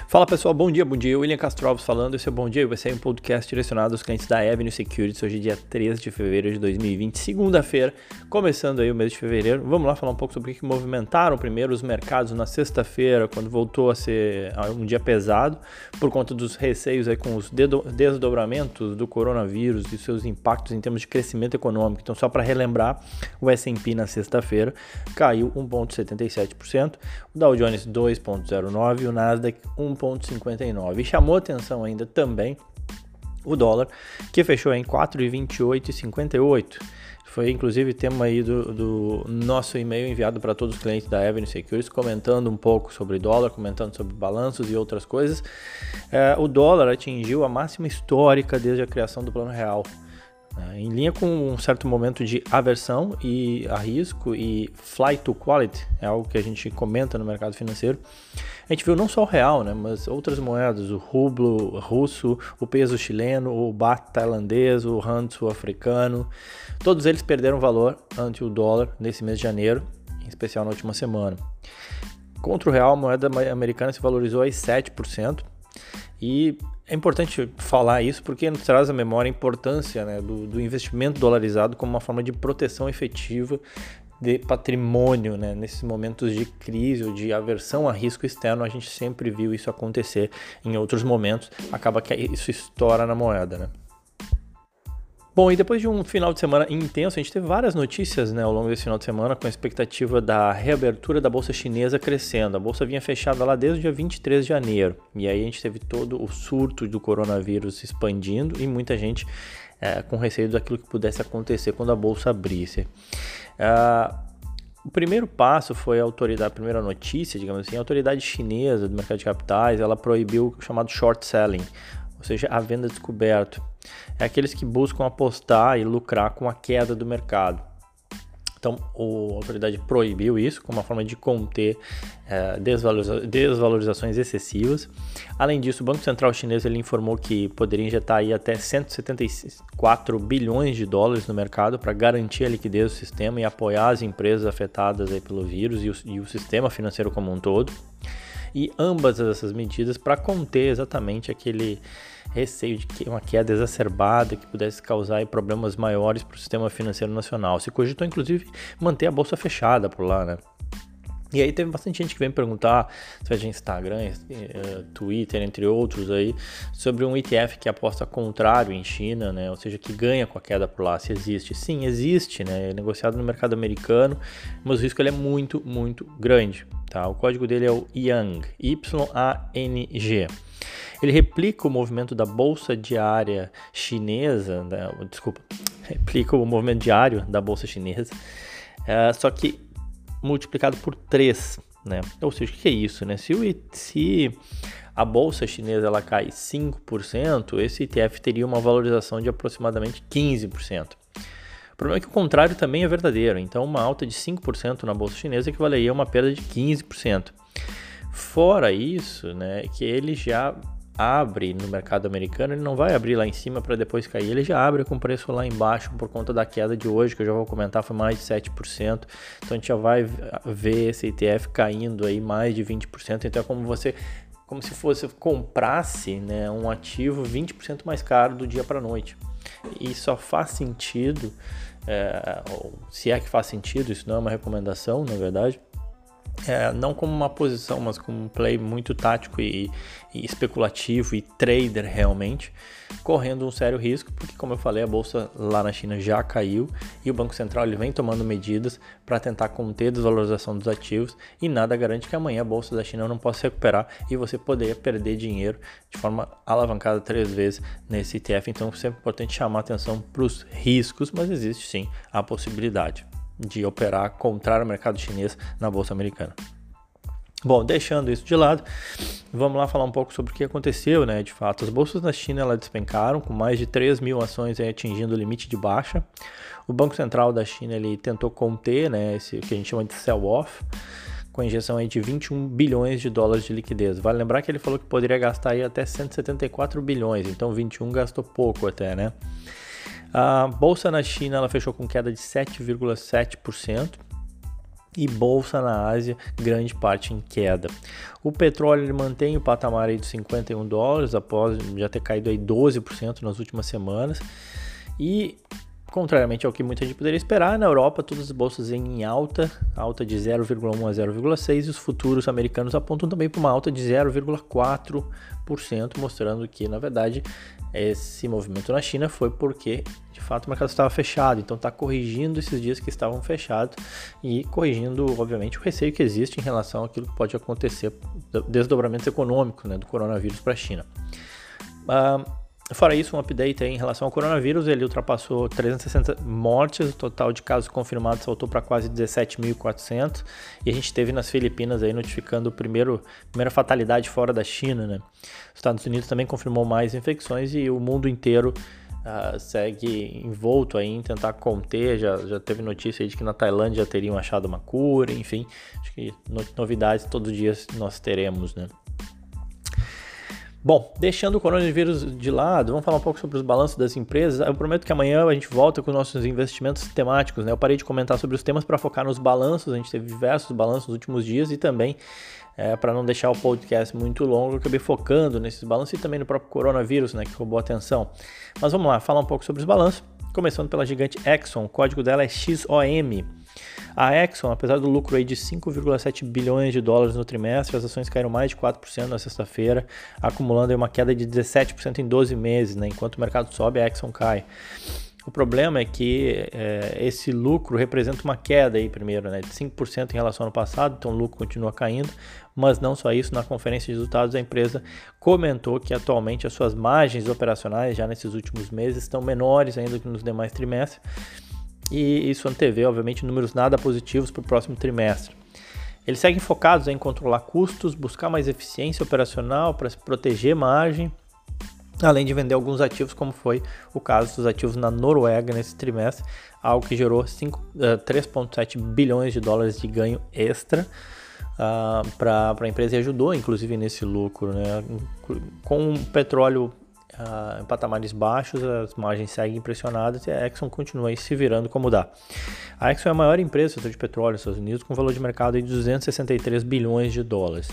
Fala pessoal, bom dia, William Castro Alves falando, esse é o Bom Dia, vai ser um podcast direcionado aos clientes da Avenue Securities, hoje é dia 13 de fevereiro de 2020, segunda-feira, começando aí o mês de fevereiro. Vamos lá falar um pouco sobre o que movimentaram primeiro os mercados na sexta-feira, quando voltou a ser um dia pesado, por conta dos receios aí com os desdobramentos do coronavírus e seus impactos em termos de crescimento econômico. Então, só para relembrar, o S&P na sexta-feira caiu 1,77%, o Dow Jones 2,09% e o Nasdaq 1,59%. E chamou atenção ainda também o dólar, que fechou em 4,28,58. Foi inclusive tema aí do nosso e-mail enviado para todos os clientes da Avenue Securities, comentando um pouco sobre dólar, comentando sobre balanços e outras coisas. O dólar atingiu a máxima histórica desde a criação do Plano Real. Em linha com um certo momento de aversão e a risco e flight to quality, é algo que a gente comenta no mercado financeiro. A gente viu não só o real, né, mas outras moedas, o rublo russo, o peso chileno, o baht tailandês, o rand sul-africano, todos eles perderam valor ante o dólar nesse mês de janeiro, em especial na última semana. Contra o real, a moeda americana se valorizou aí 7%. E é importante falar isso porque nos traz à memória a importância, né, do investimento dolarizado como uma forma de proteção efetiva de patrimônio, né? Nesses momentos de crise ou de aversão a risco externo, a gente sempre viu isso acontecer em outros momentos, acaba que isso estoura na moeda, né? Bom, e depois de um final de semana intenso, a gente teve várias notícias, né, ao longo desse final de semana, com a expectativa da reabertura da Bolsa Chinesa crescendo. A Bolsa vinha fechada lá desde o dia 23 de janeiro. E aí a gente teve todo o surto do coronavírus se expandindo e muita gente com receio daquilo que pudesse acontecer quando a Bolsa abrisse. O primeiro passo foi a primeira notícia, digamos assim, a autoridade chinesa do mercado de capitais, ela proibiu o chamado short selling, ou seja, a venda descoberta. É aqueles que buscam apostar e lucrar com a queda do mercado. Então, a autoridade proibiu isso como uma forma de conter desvalorizações excessivas. Além disso, o Banco Central chinês ele informou que poderia injetar aí até 174 bilhões de dólares no mercado para garantir a liquidez do sistema e apoiar as empresas afetadas aí pelo vírus e o sistema financeiro como um todo. E ambas essas medidas para conter exatamente aquele receio de que uma queda exacerbada que pudesse causar aí problemas maiores para o sistema financeiro nacional. Se cogitou, inclusive, manter a bolsa fechada por lá, né? E aí teve bastante gente que vem perguntar, através de Instagram, Twitter, entre outros aí, sobre um ETF que aposta contrário em China, né? Ou seja, que ganha com a queda por lá, se existe. Sim, existe, né? É negociado no mercado americano, mas o risco ele é muito, muito grande, tá? O código dele é o YANG, Y-A-N-G. Ele replica o movimento da bolsa diária chinesa, replica o movimento diário da bolsa chinesa, só que multiplicado por 3, né? Ou seja, o que é isso, né? Se a bolsa chinesa ela cai 5%, esse ETF teria uma valorização de aproximadamente 15%. O problema é que o contrário também é verdadeiro, então uma alta de 5% na bolsa chinesa equivaleria a uma perda de 15%. Fora isso, né, que ele já abre no mercado americano, ele não vai abrir lá em cima para depois cair, ele já abre com preço lá embaixo por conta da queda de hoje, que eu já vou comentar, foi mais de 7%, então a gente já vai ver esse ETF caindo aí mais de 20%, então é como se fosse comprasse, né, um ativo 20% mais caro do dia para a noite, e só faz sentido, se é que faz sentido, isso não é uma recomendação, na verdade, não como uma posição, mas como um play muito tático e especulativo e trader realmente, correndo um sério risco, porque como eu falei, a bolsa lá na China já caiu e o Banco Central ele vem tomando medidas para tentar conter a desvalorização dos ativos e nada garante que amanhã a bolsa da China não possa se recuperar e você poderia perder dinheiro de forma alavancada 3 vezes nesse ETF. Então é sempre importante chamar atenção para os riscos, mas existe sim a possibilidade de operar contrário ao mercado chinês na bolsa americana. Bom, deixando isso de lado, vamos lá falar um pouco sobre o que aconteceu, né? De fato, as bolsas na China elas despencaram, com mais de 3 mil ações aí atingindo o limite de baixa. O Banco Central da China ele tentou conter, né, esse que a gente chama de sell-off, com a injeção aí de 21 bilhões de dólares de liquidez. Vale lembrar que ele falou que poderia gastar aí até 174 bilhões, então 21 gastou pouco até, né? A bolsa na China ela fechou com queda de 7,7%. e bolsa na Ásia, grande parte em queda. O petróleo ele mantém o patamar aí de $51 após já ter caído aí 12% nas últimas semanas. E contrariamente ao que muita gente poderia esperar, na Europa todas as bolsas em alta de 0,1 a 0,6 e os futuros americanos apontam também para uma alta de 0,4%, mostrando que, na verdade, esse movimento na China foi porque, de fato, o mercado estava fechado. Então está corrigindo esses dias que estavam fechados e corrigindo, obviamente, o receio que existe em relação àquilo que pode acontecer, desdobramentos econômicos, né, do coronavírus para a China. Fora isso, um update aí em relação ao coronavírus, ele ultrapassou 360 mortes, o total de casos confirmados saltou para quase 17.400 e a gente teve nas Filipinas aí notificando a primeira fatalidade fora da China, né? Os Estados Unidos também confirmou mais infecções e o mundo inteiro segue envolto aí em tentar conter, já teve notícia aí de que na Tailândia já teriam achado uma cura, enfim, acho que novidades todos os dias nós teremos, né? Bom, deixando o coronavírus de lado, vamos falar um pouco sobre os balanços das empresas. Eu prometo que amanhã a gente volta com os nossos investimentos temáticos, né? Eu parei de comentar sobre os temas para focar nos balanços, a gente teve diversos balanços nos últimos dias e também, para não deixar o podcast muito longo, eu acabei focando nesses balanços e também no próprio coronavírus, né, que roubou a atenção. Mas vamos lá, falar um pouco sobre os balanços, começando pela gigante Exxon, o código dela é XOM. A Exxon, apesar do lucro aí de 5,7 bilhões de dólares no trimestre, as ações caíram mais de 4% na sexta-feira, acumulando aí uma queda de 17% em 12 meses, né? Enquanto o mercado sobe, a Exxon cai. O problema é que esse lucro representa uma queda aí primeiro, né, de 5% em relação ao ano passado, então o lucro continua caindo, mas não só isso, na conferência de resultados a empresa comentou que atualmente as suas margens operacionais já nesses últimos meses estão menores ainda que nos demais trimestres, e isso antevê, obviamente, números nada positivos para o próximo trimestre. Eles seguem focados em controlar custos, buscar mais eficiência operacional para se proteger margem, além de vender alguns ativos, como foi o caso dos ativos na Noruega nesse trimestre, algo que gerou 3,7 bilhões de dólares de ganho extra para a empresa e ajudou, inclusive, nesse lucro, né? Com o petróleo em patamares baixos, as margens seguem impressionadas e a Exxon continua aí se virando como dá. A Exxon é a maior empresa do setor de petróleo nos Estados Unidos, com valor de mercado de 263 bilhões de dólares.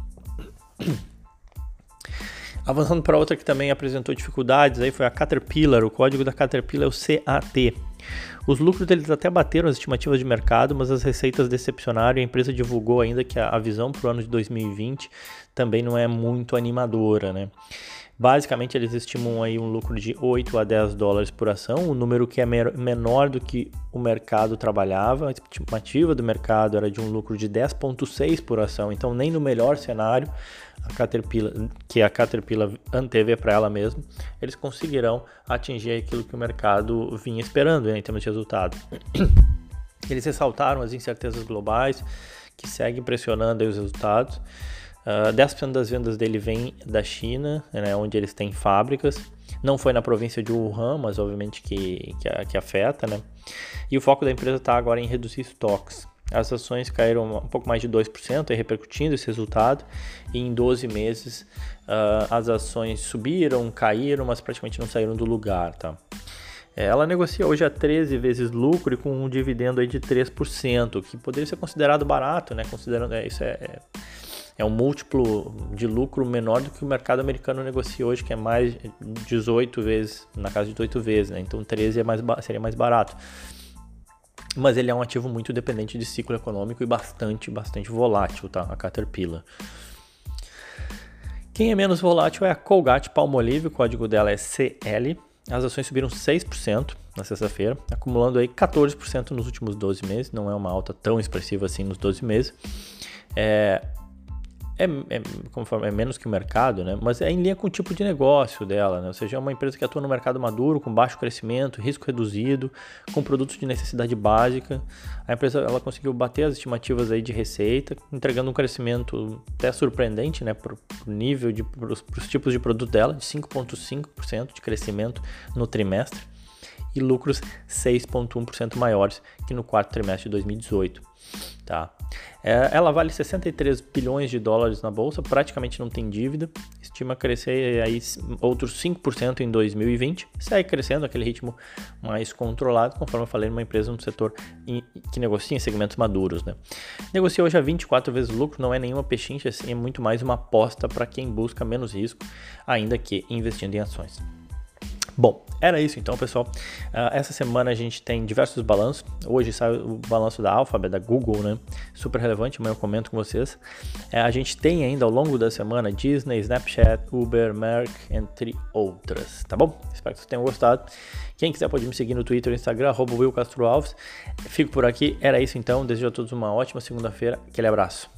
Avançando para outra que também apresentou dificuldades, aí foi a Caterpillar. O código da Caterpillar é o CAT. Os lucros deles até bateram as estimativas de mercado, mas as receitas decepcionaram e a empresa divulgou ainda que a visão para o ano de 2020 também não é muito animadora, né? Basicamente, eles estimam aí um lucro de 8 a 10 dólares por ação, um número que é menor do que o mercado trabalhava. A estimativa do mercado era de um lucro de 10,6 por ação, então nem no melhor cenário a Caterpillar antevê para ela mesma, eles conseguirão atingir aquilo que o mercado vinha esperando, né, em termos de resultado. Eles ressaltaram as incertezas globais que seguem pressionando aí os resultados. 10% das vendas dele vem da China, né, onde eles têm fábricas. Não foi na província de Wuhan, mas obviamente que afeta, né? E o foco da empresa está agora em reduzir estoques. As ações caíram um pouco mais de 2%, aí repercutindo esse resultado. E em 12 meses as ações subiram, caíram, mas praticamente não saíram do lugar, tá? Ela negocia hoje a 13 vezes lucro e com um dividendo aí de 3%, que poderia ser considerado barato, né? Considerando isso é um múltiplo de lucro menor do que o mercado americano negocia hoje, que é mais 18 vezes, na casa de 18 vezes, né? Então 13 seria mais barato. Mas ele é um ativo muito dependente de ciclo econômico e bastante volátil, tá? A Caterpillar. Quem é menos volátil é a Colgate-Palmolive, o código dela é CL. As ações subiram 6% na sexta-feira, acumulando aí 14% nos últimos 12 meses. Não é uma alta tão expressiva assim nos 12 meses. É menos que o mercado, né? Mas é em linha com o tipo de negócio dela, né? Ou seja, é uma empresa que atua no mercado maduro, com baixo crescimento, risco reduzido, com produtos de necessidade básica. A empresa ela conseguiu bater as estimativas aí de receita, entregando um crescimento até surpreendente, né? Para os tipos de produto dela, de 5,5% de crescimento no trimestre. e lucros 6,1% maiores que no quarto trimestre de 2018. Tá? Ela vale 63 bilhões de dólares na bolsa, praticamente não tem dívida, estima crescer aí outros 5% em 2020, segue crescendo aquele ritmo mais controlado, conforme eu falei, numa empresa no setor que negocia em segmentos maduros. Né? Negocia hoje a 24 vezes o lucro, não é nenhuma pechincha, assim, é muito mais uma aposta para quem busca menos risco, ainda que investindo em ações. Bom, era isso então, pessoal. Essa semana a gente tem diversos balanços. Hoje sai o balanço da Alphabet, da Google, né? Super relevante, amanhã eu comento com vocês. A gente tem ainda ao longo da semana Disney, Snapchat, Uber, Merck, entre outras, tá bom? Espero que vocês tenham gostado. Quem quiser pode me seguir no Twitter e Instagram, @WillCastroAlves. Fico por aqui, era isso então. Desejo a todos uma ótima segunda-feira. Aquele abraço.